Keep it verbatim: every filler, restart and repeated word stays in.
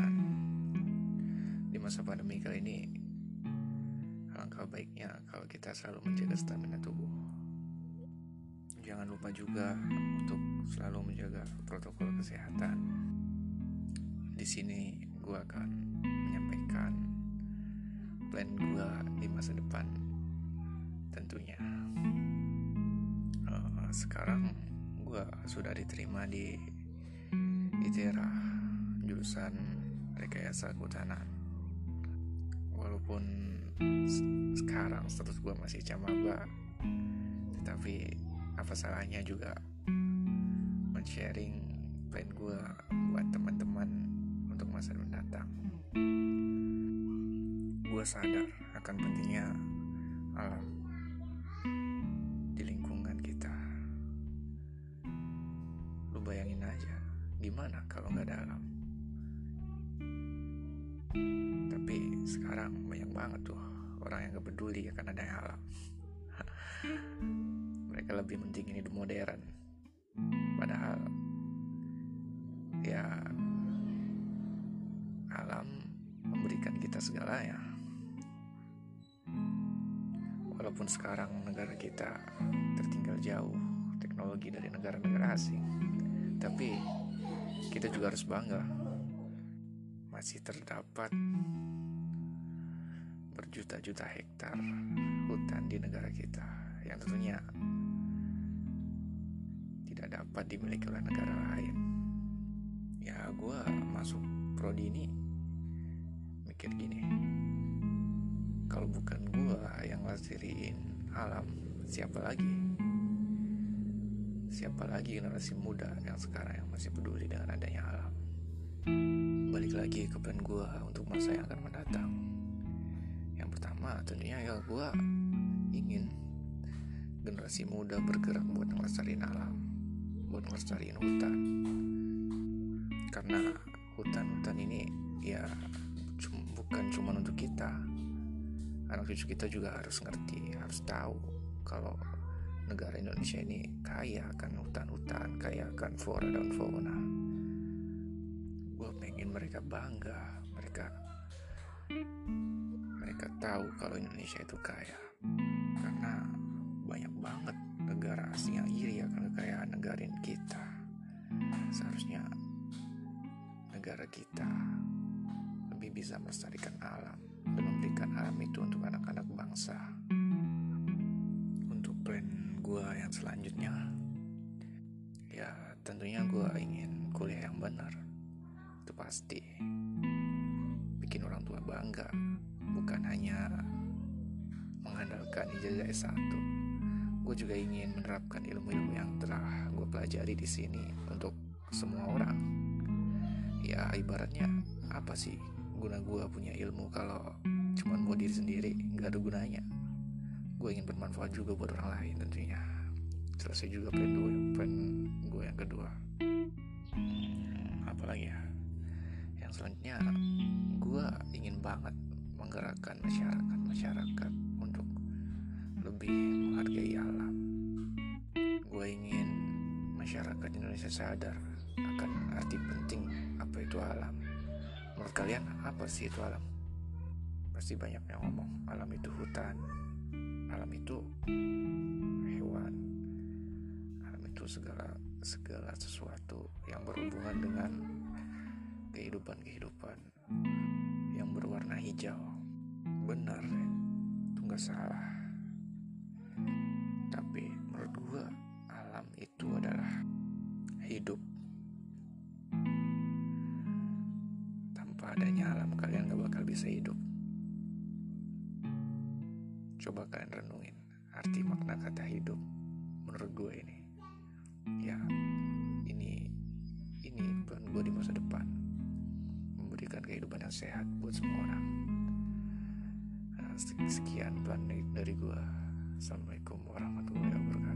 makanan. Di masa pandemi kali ini, alangkah baiknya kalau kita selalu menjaga stamina tubuh. Jangan lupa juga untuk selalu menjaga protokol kesehatan. Di sini gue akan menyampaikan plan gue di masa depan tentunya. Uh, sekarang gue sudah diterima di ITERA, jurusan rekayasa kehutanan. Walaupun sekarang status gue masih camaba, tetapi apa salahnya juga men-sharing plan gue buat teman-teman untuk masa mendatang. Gue sadar akan pentingnya alam di lingkungan kita. Lu bayangin aja, gimana kalau gak ada alam? Tapi sekarang banyak banget tuh orang yang gak peduli akan adanya alam. Mereka lebih penting hidup modern. Padahal ya alam memberikan kita segalanya. Walaupun sekarang negara kita tertinggal jauh teknologi dari negara-negara asing, tapi kita juga harus bangga masih terdapat berjuta-juta hektar hutan di negara kita yang tentunya tidak dapat dimiliki oleh negara lain. Ya gue masuk prodi ini mikir gini, kalau bukan gue yang ngelestariin alam, siapa lagi? Siapa lagi generasi muda yang sekarang yang masih peduli dengan adanya alam? Balik lagi ke plan gue untuk masa yang akan mendatang. Yang pertama tentunya ya gue ingin generasi muda bergerak buat ngelestariin alam, buat ngelestariin hutan. Karena hutan-hutan ini ya cum- bukan cuma untuk kita. Anak cucu kita juga harus ngerti, harus tahu kalau negara Indonesia ini kaya akan hutan-hutan, kaya akan flora dan fauna. Gue pengen mereka bangga, mereka mereka tahu kalau Indonesia itu kaya. Karena banyak banget negara asing yang iri akan kekayaan negara kita. Seharusnya negara kita lebih bisa melestarikan alam dan memberikan alam itu untuk anak-anak bangsa. Untuk plan gue yang selanjutnya, ya tentunya gue ingin kuliah yang benar. Itu pasti bikin orang tua bangga, bukan hanya mengandalkan ijazah S satu. Gue juga ingin menerapkan ilmu-ilmu yang telah gue pelajari di sini untuk semua orang. Ya ibaratnya apa sih guna gue punya ilmu kalau cuma buat diri sendiri, gak ada gunanya. Gue ingin bermanfaat juga buat orang lain tentunya. Selesai juga plan gue, plan gue yang kedua. Apalagi ya, yang selanjutnya gue ingin banget menggerakkan masyarakat-masyarakat untuk lebih menghargai alam. Gue ingin masyarakat Indonesia sadar akan arti penting apa itu alam. Menurut kalian apa sih itu alam? Pasti banyak yang ngomong alam itu hutan, alam itu hewan, alam itu segala segala sesuatu yang berhubungan dengan kehidupan-kehidupan yang berwarna hijau. Benar, itu gak salah. Tapi menurut gue alam itu adalah hidup. Tanpa adanya alam kalian gak bakal bisa hidup. Coba kalian renungin arti makna kata hidup menurut gue ini. Ya, ini ini plan gue di masa depan, memberikan kehidupan yang sehat buat semua orang. Nah, sekian plan dari gue. Assalamualaikum warahmatullahi wabarakatuh.